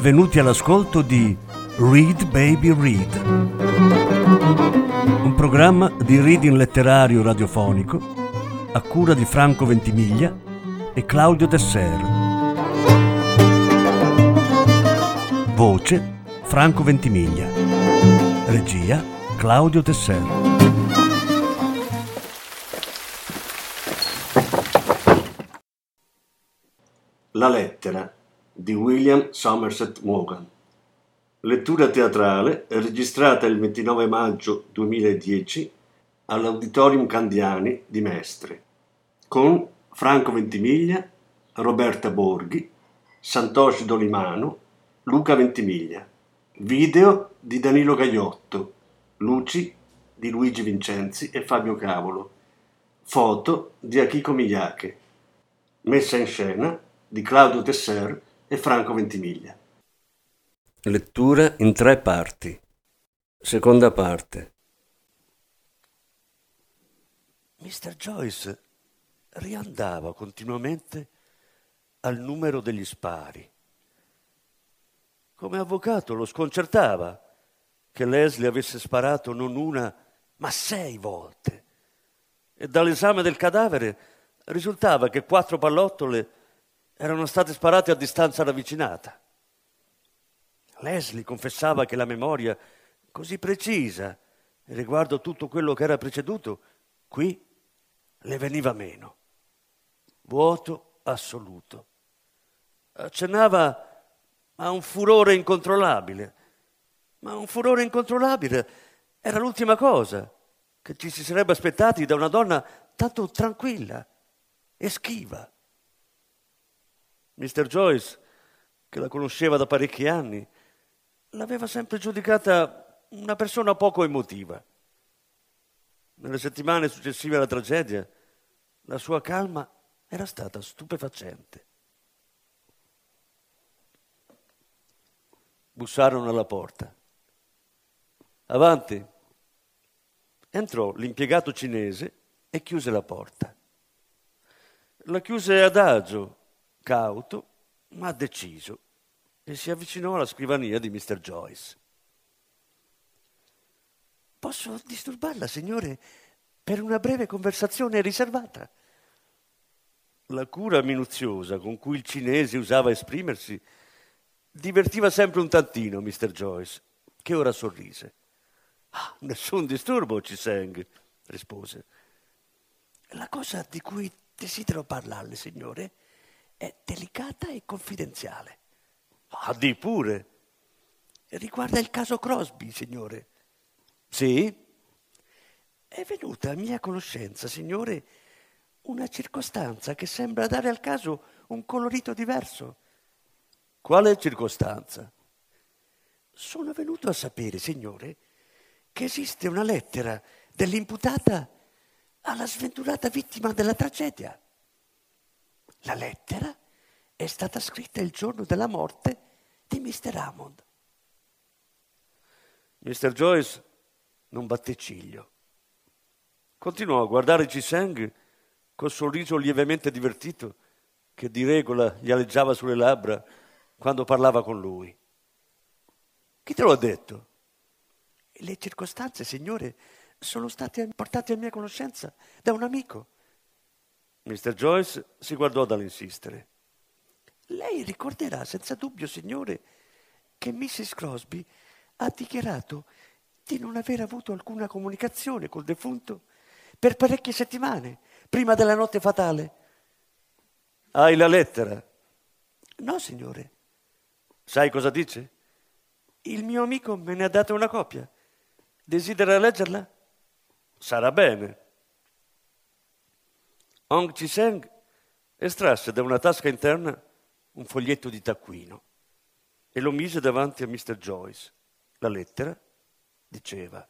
benvenuti all'ascolto di Read Baby Read, un programma di reading letterario radiofonico a cura di Franco Ventimiglia e Claudio Desser. Voce Franco Ventimiglia. Regia Claudio Desser. La lettera di William Somerset Maugham. Lettura teatrale registrata il 29 maggio 2010 all'Auditorium Candiani di Mestre con Franco Ventimiglia, Roberta Borghi, Santoshi Dolimano, Luca Ventimiglia. Video di Danilo Gaiotto, luci di Luigi Vincenzi e Fabio Cavolo, foto di Akiko Miyake, messa in scena di Claudio Tesser e Franco Ventimiglia. Lettura in 3 parti. Seconda parte. Mr. Joyce riandava continuamente al numero degli spari. Come avvocato lo sconcertava che Leslie avesse sparato non una, ma 6 volte. E dall'esame del cadavere risultava che 4 pallottole erano state sparate a distanza ravvicinata. Leslie confessava che la memoria così precisa riguardo tutto quello che era preceduto, qui le veniva meno. Vuoto assoluto. Accennava a un furore incontrollabile, ma un furore incontrollabile era l'ultima cosa che ci si sarebbe aspettati da una donna tanto tranquilla e schiva. Mr. Joyce, che la conosceva da parecchi anni, l'aveva sempre giudicata una persona poco emotiva. Nelle settimane successive alla tragedia, la sua calma era stata stupefacente. Bussarono alla porta. Avanti. Entrò l'impiegato cinese e chiuse la porta. La chiuse adagio, cauto, ma deciso, e si avvicinò alla scrivania di Mr. Joyce. «Posso disturbarla, signore, per una breve conversazione riservata?» La cura minuziosa con cui il cinese usava esprimersi divertiva sempre un tantino Mr. Joyce, che ora sorrise. «Nessun disturbo, Ciseng», rispose. «La cosa di cui desidero parlarle, signore, è delicata e confidenziale». «Di pure». «Riguarda il caso Crosby, signore». «Sì?» «È venuta a mia conoscenza, signore, una circostanza che sembra dare al caso un colorito diverso». «Quale circostanza?» «Sono venuto a sapere, signore, che esiste una lettera dell'imputata alla sventurata vittima della tragedia. La lettera è stata scritta il giorno della morte di Mr. Hammond». Mr. Joyce non batté ciglio. Continuò a guardare Ciseng col sorriso lievemente divertito che di regola gli aleggiava sulle labbra quando parlava con lui. «Chi te lo ha detto?» «Le circostanze, signore, sono state portate a mia conoscenza da un amico». Mr. Joyce si guardò dall'insistere. «Lei ricorderà senza dubbio, signore, che Mrs. Crosby ha dichiarato di non aver avuto alcuna comunicazione col defunto per parecchie settimane, prima della notte fatale». «Hai la lettera?» «No, signore». «Sai cosa dice?» «Il mio amico me ne ha dato una copia. Desidera leggerla?» «Sarà bene». Hong Chi-seng estrasse da una tasca interna un foglietto di taccuino e lo mise davanti a Mr. Joyce. La lettera diceva: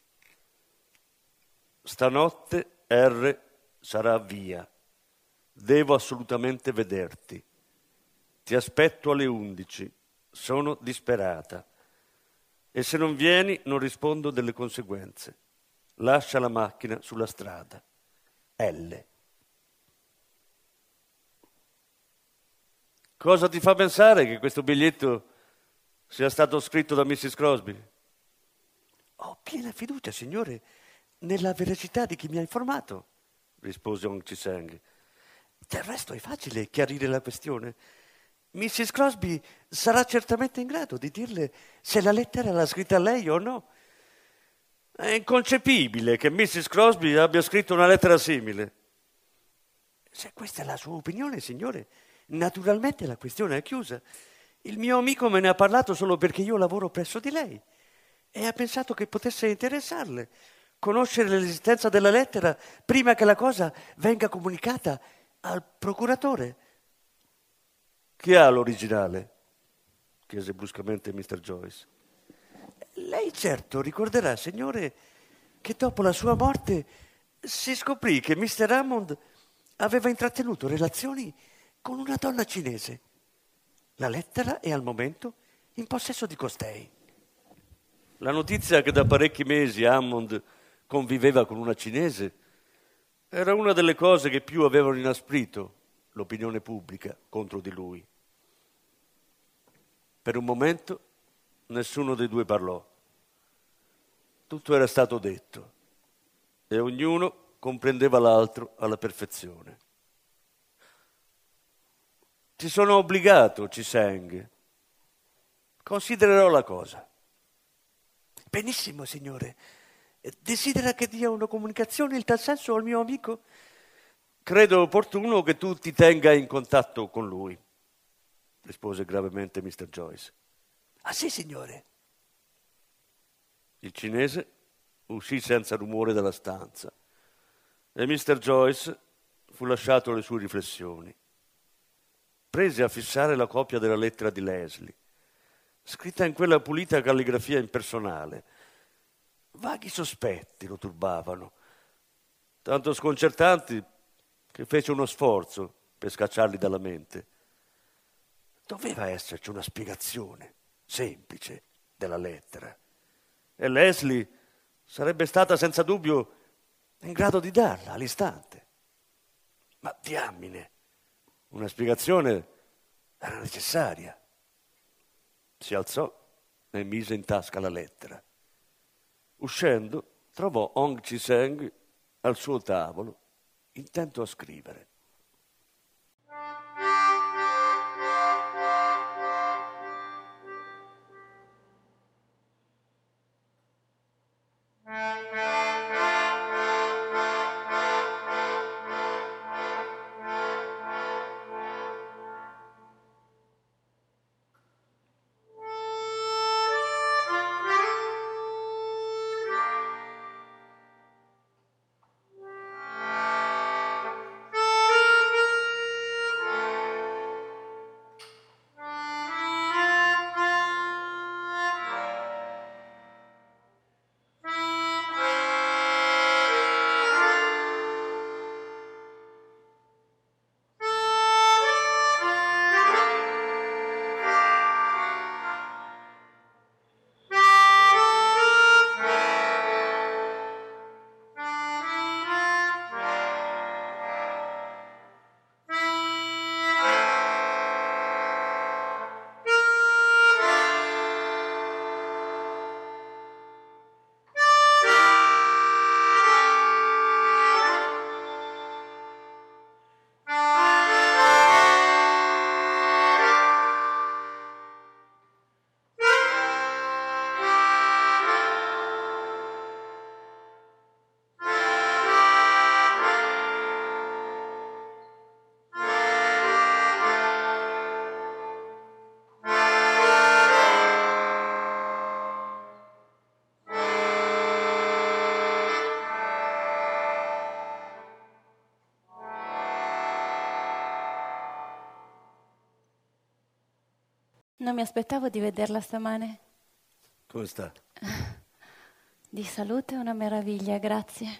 «Stanotte R sarà via. Devo assolutamente vederti. Ti aspetto alle 11. Sono disperata. E se non vieni non rispondo delle conseguenze. Lascia la macchina sulla strada. L». Cosa ti fa pensare che questo biglietto sia stato scritto da Mrs. Crosby? Ho piena fiducia, signore, nella veracità di chi mi ha informato, rispose Hong Chi-Seng. Del resto è facile chiarire la questione. Mrs. Crosby sarà certamente in grado di dirle se la lettera l'ha scritta lei o no. È inconcepibile che Mrs. Crosby abbia scritto una lettera simile. Se questa è la sua opinione, signore, naturalmente la questione è chiusa. Il mio amico me ne ha parlato solo perché io lavoro presso di lei e ha pensato che potesse interessarle conoscere l'esistenza della lettera prima che la cosa venga comunicata al procuratore. Chi ha l'originale? Chiese bruscamente Mr. Joyce. Lei certo ricorderà, signore, che dopo la sua morte si scoprì che Mr. Hammond aveva intrattenuto relazioni con una donna cinese. La lettera è al momento in possesso di costei. La notizia che da parecchi mesi Hammond conviveva con una cinese era una delle cose che più avevano inasprito l'opinione pubblica contro di lui. Per un momento nessuno dei due parlò. Tutto era stato detto e ognuno comprendeva l'altro alla perfezione. Ti sono obbligato, Chi-Seng. Considererò la cosa. Benissimo, signore. Desidera che dia una comunicazione in tal senso al mio amico? Credo opportuno che tu ti tenga in contatto con lui, rispose gravemente Mr. Joyce. Ah sì, signore. Il cinese uscì senza rumore dalla stanza e Mr. Joyce fu lasciato alle sue riflessioni. Prese a fissare la copia della lettera di Leslie, scritta in quella pulita calligrafia impersonale. Vaghi sospetti lo turbavano, tanto sconcertanti che fece uno sforzo per scacciarli dalla mente. Doveva esserci una spiegazione semplice della lettera e Leslie sarebbe stata senza dubbio in grado di darla all'istante. Ma diamine, una spiegazione era necessaria. Si alzò e mise in tasca la lettera. Uscendo, trovò Hong Chi-Seng al suo tavolo, intento a scrivere. Non mi aspettavo di vederla stamane. Come sta? Di salute è una meraviglia, grazie.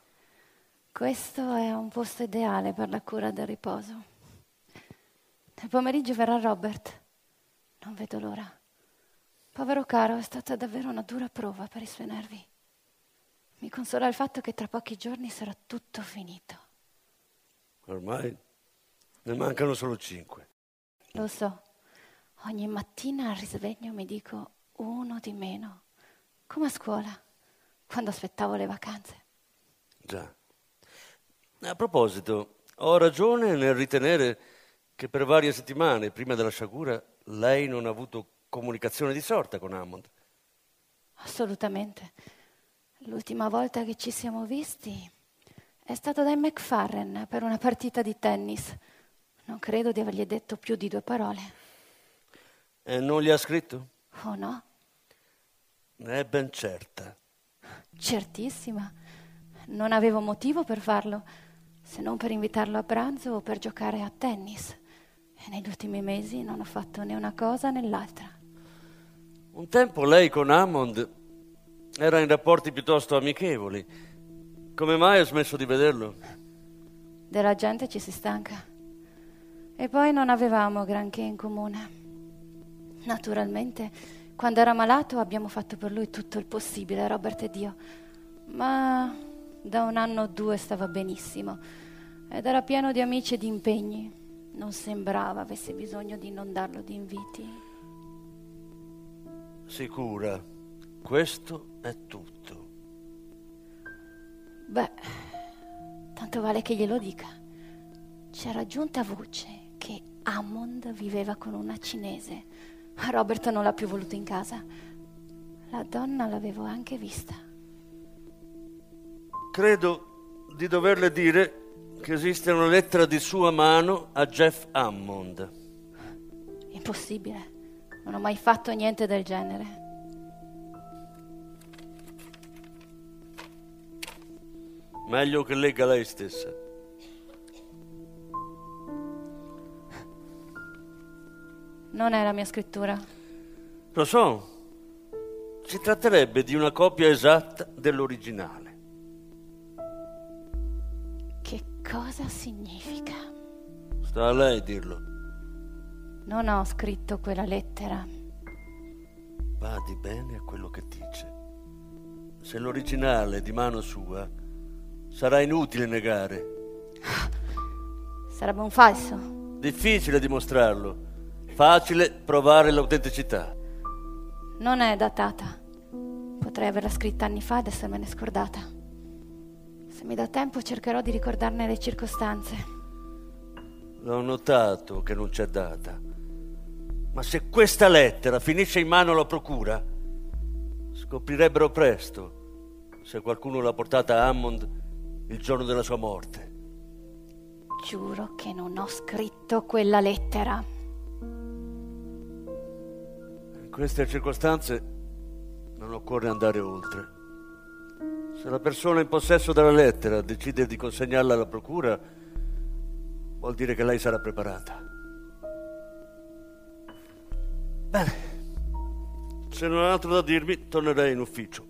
Questo è un posto ideale per la cura del riposo. Nel pomeriggio verrà Robert. Non vedo l'ora. Povero caro, è stata davvero una dura prova per i suoi nervi. Mi consola il fatto che tra pochi giorni sarà tutto finito. Ormai ne mancano solo 5. Lo so. Ogni mattina al risveglio mi dico uno di meno, come a scuola, quando aspettavo le vacanze. Già. A proposito, ho ragione nel ritenere che per varie settimane prima della sciagura lei non ha avuto comunicazione di sorta con Hammond. Assolutamente. L'ultima volta che ci siamo visti è stato dai McFarren per una partita di tennis. Non credo di avergli detto più di 2 parole. E non gli ha scritto? Oh no? Ne è ben certa. Certissima. Non avevo motivo per farlo, se non per invitarlo a pranzo o per giocare a tennis. E negli ultimi mesi non ho fatto né una cosa né l'altra. Un tempo lei con Hammond era in rapporti piuttosto amichevoli. Come mai ha smesso di vederlo? Della gente ci si stanca. E poi non avevamo granché in comune. Naturalmente, quando era malato abbiamo fatto per lui tutto il possibile, Robert ed io. Ma da 1 anno o 2 stava benissimo ed era pieno di amici e di impegni. Non sembrava avesse bisogno di inondarlo di inviti. Sicura, questo è tutto. Beh, tanto vale che glielo dica. C'era giunta voce che Hammond viveva con una cinese. Robert non l'ha più voluto in casa. La donna l'avevo anche vista. Credo di doverle dire che esiste una lettera di sua mano a Jeff Hammond. Impossibile. Non ho mai fatto niente del genere. Meglio che legga lei stessa. Non è la mia scrittura. Lo so. Si tratterebbe di una copia esatta dell'originale. Che cosa significa? Sta a lei dirlo. Non ho scritto quella lettera. Badi bene a quello che dice. Se l'originale è di mano sua, sarà inutile negare. Sarebbe un falso. Difficile dimostrarlo. Facile provare l'autenticità. Non è datata. Potrei averla scritta anni fa ed essermene scordata. Se mi dà tempo cercherò di ricordarne le circostanze. L'ho notato che non c'è data. Ma se questa lettera finisce in mano alla procura, scoprirebbero presto se qualcuno l'ha portata a Hammond il giorno della sua morte. Giuro che non ho scritto quella lettera. In queste circostanze non occorre andare oltre. Se la persona in possesso della lettera decide di consegnarla alla procura, vuol dire che lei sarà preparata. Bene, se non ha altro da dirmi, tornerei in ufficio.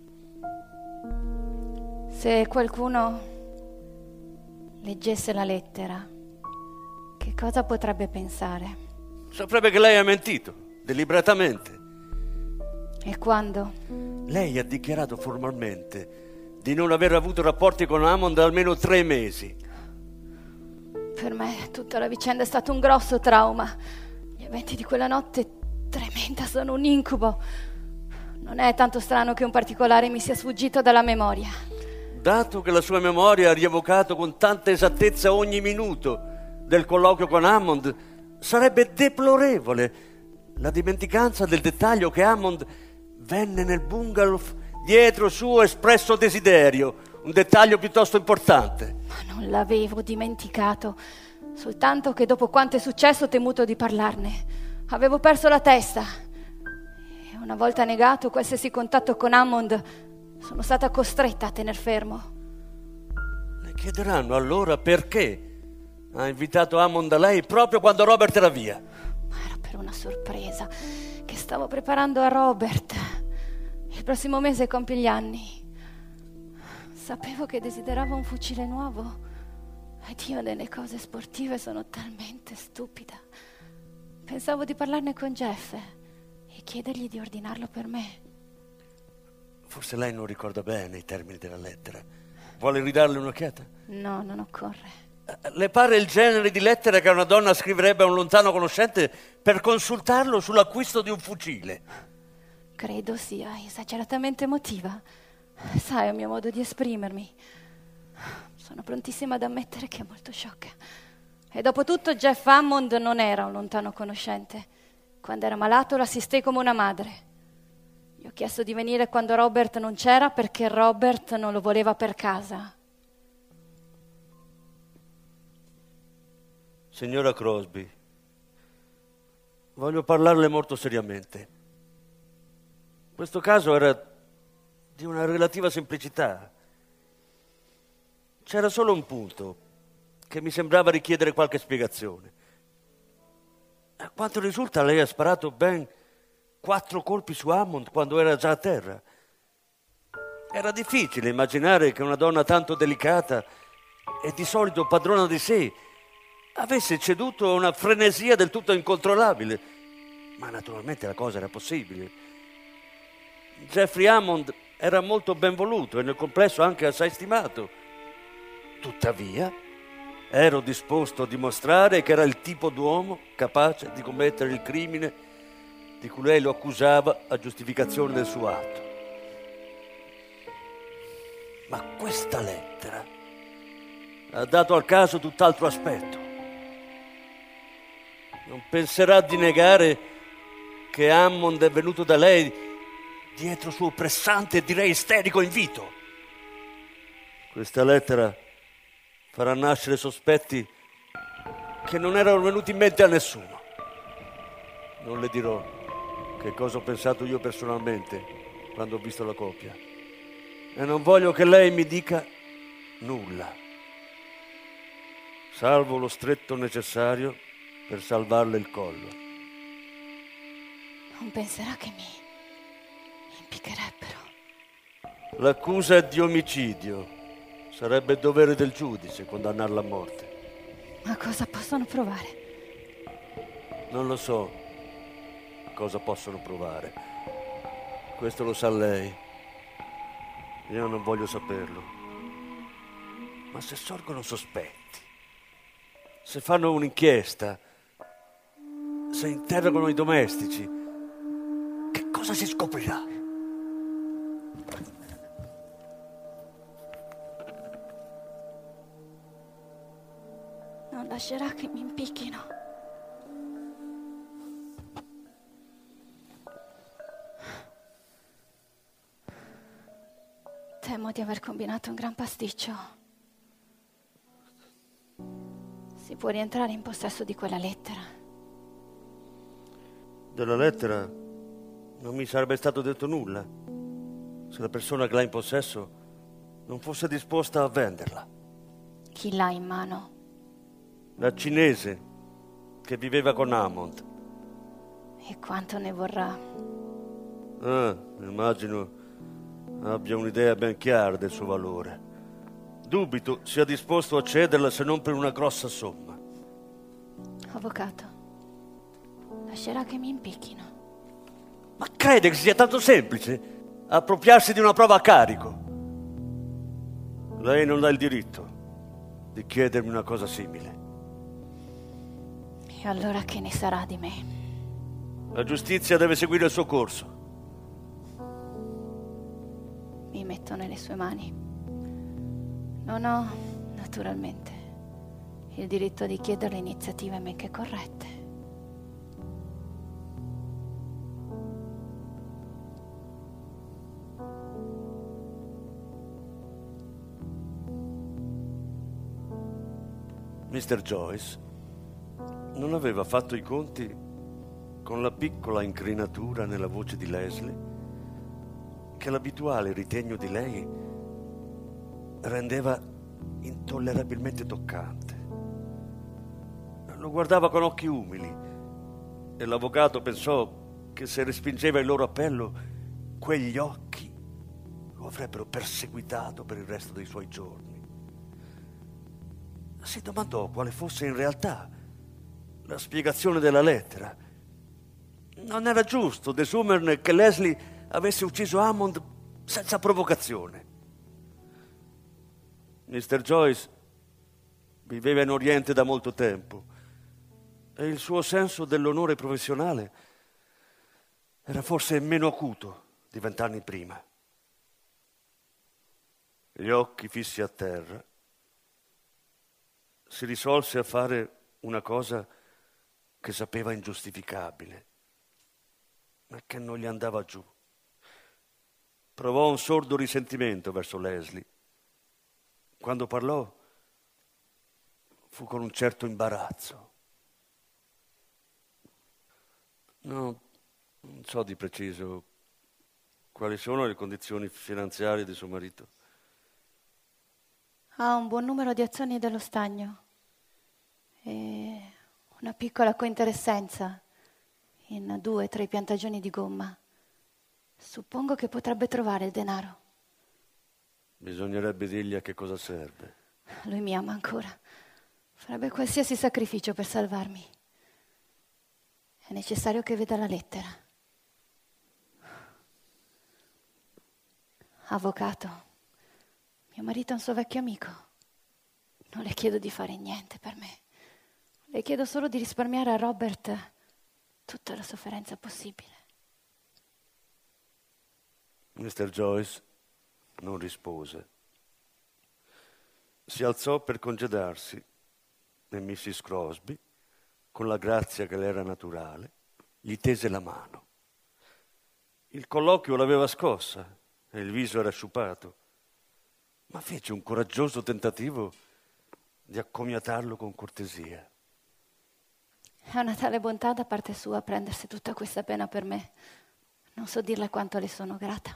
Se qualcuno leggesse la lettera, che cosa potrebbe pensare? Saprebbe che lei ha mentito, deliberatamente. E quando? Lei ha dichiarato formalmente di non aver avuto rapporti con Hammond da almeno 3 mesi. Per me tutta la vicenda è stato un grosso trauma. Gli eventi di quella notte tremenda sono un incubo. Non è tanto strano che un particolare mi sia sfuggito dalla memoria. Dato che la sua memoria ha rievocato con tanta esattezza ogni minuto del colloquio con Hammond, sarebbe deplorevole la dimenticanza del dettaglio che Hammond venne nel bungalow dietro suo espresso desiderio, un dettaglio piuttosto importante. Ma non l'avevo dimenticato, soltanto che dopo quanto è successo ho temuto di parlarne. Avevo perso la testa e una volta negato qualsiasi contatto con Hammond sono stata costretta a tener fermo. Le chiederanno allora perché ha invitato Hammond da lei proprio quando Robert era via. Ma era per una sorpresa che stavo preparando a Robert. Il prossimo mese compie gli anni. Sapevo che desiderava un fucile nuovo ed io nelle cose sportive sono talmente stupida. Pensavo di parlarne con Jeff e chiedergli di ordinarlo per me. Forse lei non ricorda bene i termini della lettera. Vuole ridarle un'occhiata? No, non occorre. Le pare il genere di lettera che una donna scriverebbe a un lontano conoscente per consultarlo sull'acquisto di un fucile? Credo sia esageratamente emotiva. Sai, è il mio modo di esprimermi. Sono prontissima ad ammettere che è molto sciocca. E dopo tutto Jeff Hammond non era un lontano conoscente. Quando era malato lo assistei come una madre. Gli ho chiesto di venire quando Robert non c'era perché Robert non lo voleva per casa. Signora Crosby, voglio parlarle molto seriamente. Questo caso era di una relativa semplicità. C'era solo un punto che mi sembrava richiedere qualche spiegazione. A quanto risulta, lei ha sparato ben 4 colpi su Hammond quando era già a terra. Era difficile immaginare che una donna tanto delicata e di solito padrona di sé avesse ceduto a una frenesia del tutto incontrollabile. Ma naturalmente la cosa era possibile. Jeffrey Hammond era molto ben voluto e nel complesso anche assai stimato. Tuttavia, ero disposto a dimostrare che era il tipo d'uomo capace di commettere il crimine di cui lei lo accusava a giustificazione del suo atto. Ma questa lettera ha dato al caso tutt'altro aspetto. Non penserà di negare che Hammond è venuto da lei dietro suo pressante e direi isterico invito. Questa lettera farà nascere sospetti che non erano venuti in mente a nessuno. Non le dirò che cosa ho pensato io personalmente quando ho visto la copia. E non voglio che lei mi dica nulla, salvo lo stretto necessario per salvarle il collo. Non penserà che mi impiccherebbero. L'accusa è di omicidio. Sarebbe dovere del giudice condannarla a morte. Ma cosa possono provare? Non lo so cosa possono provare. Questo lo sa lei. Io non voglio saperlo. Ma se sorgono sospetti, se fanno un'inchiesta, se interrogano i domestici, che cosa si scoprirà? Non lascerà che mi impicchino. Temo di aver combinato un gran pasticcio. Si può rientrare in possesso di quella lettera. Della lettera non mi sarebbe stato detto nulla se la persona che l'ha in possesso non fosse disposta a venderla. Chi l'ha in mano? La cinese che viveva con Hammond. E quanto ne vorrà? Immagino abbia un'idea ben chiara del suo valore. Dubito sia disposto a cederla se non per una grossa somma. Avvocato, lascerà che mi impicchino. Ma crede che sia tanto semplice appropriarsi di una prova a carico? Lei non ha il diritto di chiedermi una cosa simile. E allora che ne sarà di me? La giustizia deve seguire il suo corso. Mi metto nelle sue mani. Non ho, naturalmente, il diritto di chiederle iniziative men che corrette. Mr. Joyce non aveva fatto i conti con la piccola incrinatura nella voce di Leslie che l'abituale ritegno di lei rendeva intollerabilmente toccante. Lo guardava con occhi umili e l'avvocato pensò che se respingeva il loro appello, quegli occhi lo avrebbero perseguitato per il resto dei suoi giorni. Si domandò quale fosse in realtà la spiegazione della lettera. Non era giusto desumerne che Leslie avesse ucciso Hammond senza provocazione. Mr. Joyce viveva in Oriente da molto tempo e il suo senso dell'onore professionale era forse meno acuto di 20 anni prima. Gli occhi fissi a terra, si risolse a fare una cosa che sapeva ingiustificabile, ma che non gli andava giù. Provò un sordo risentimento verso Leslie. Quando parlò, fu con un certo imbarazzo. No, non so di preciso quali sono le condizioni finanziarie di suo marito. Ha un buon numero di azioni dello stagno e una piccola cointeressenza in 2 o 3 piantagioni di gomma. Suppongo che potrebbe trovare il denaro. Bisognerebbe dirgli a che cosa serve. Lui mi ama ancora. Farebbe qualsiasi sacrificio per salvarmi. È necessario che veda la lettera. Avvocato, mio marito è un suo vecchio amico. Non le chiedo di fare niente per me. Le chiedo solo di risparmiare a Robert tutta la sofferenza possibile. Mr. Joyce non rispose. Si alzò per congedarsi e Mrs. Crosby, con la grazia che le era naturale, gli tese la mano. Il colloquio l'aveva scossa e il viso era sciupato, ma fece un coraggioso tentativo di accomiatarlo con cortesia. È una tale bontà da parte sua prendersi tutta questa pena per me. Non so dirle quanto le sono grata.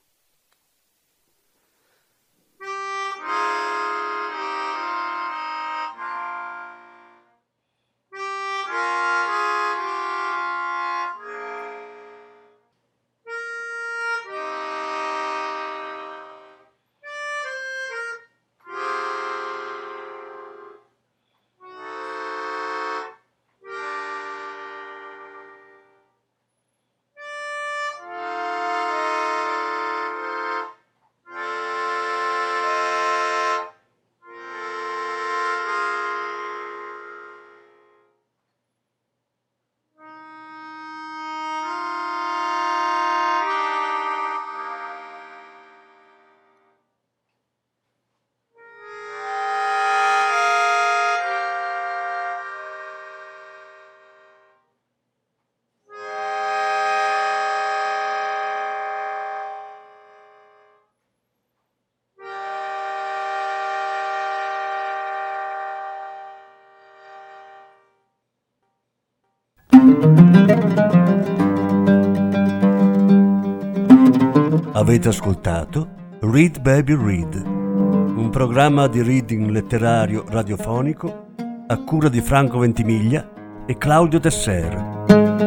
Avete ascoltato Read Baby Read, un programma di reading letterario radiofonico a cura di Franco Ventimiglia e Claudio Tesser.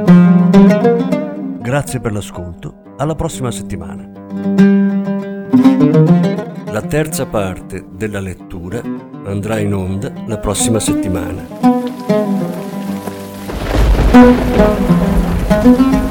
Grazie per l'ascolto, alla prossima settimana. La terza parte della lettura andrà in onda la prossima settimana.